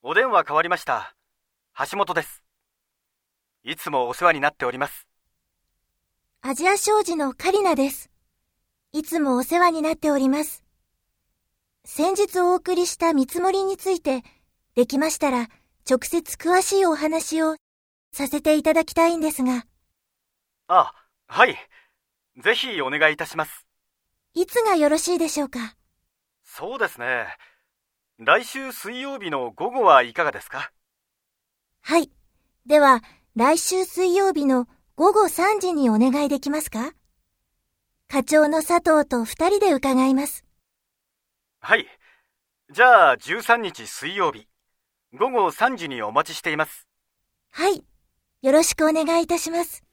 お電話代わりました。橋本です。いつもお世話になっております。 アジア商事のカリナです。いつもお世話になっております。先日お送りした見積もりについて、できましたら直接詳しいお話をさせていただきたいんですが。 あ、はい。ぜひお願いいたします。 いつがよろしいでしょうか？ そうですね。来週水曜日の午後はいかがですか？ はい。では、来週水曜日の午後3時にお願いできますか？課長の佐藤と2人で伺います。 はい。じゃあ13日水曜日、午後3時にお待ちしています。 はい。よろしくお願いいたします。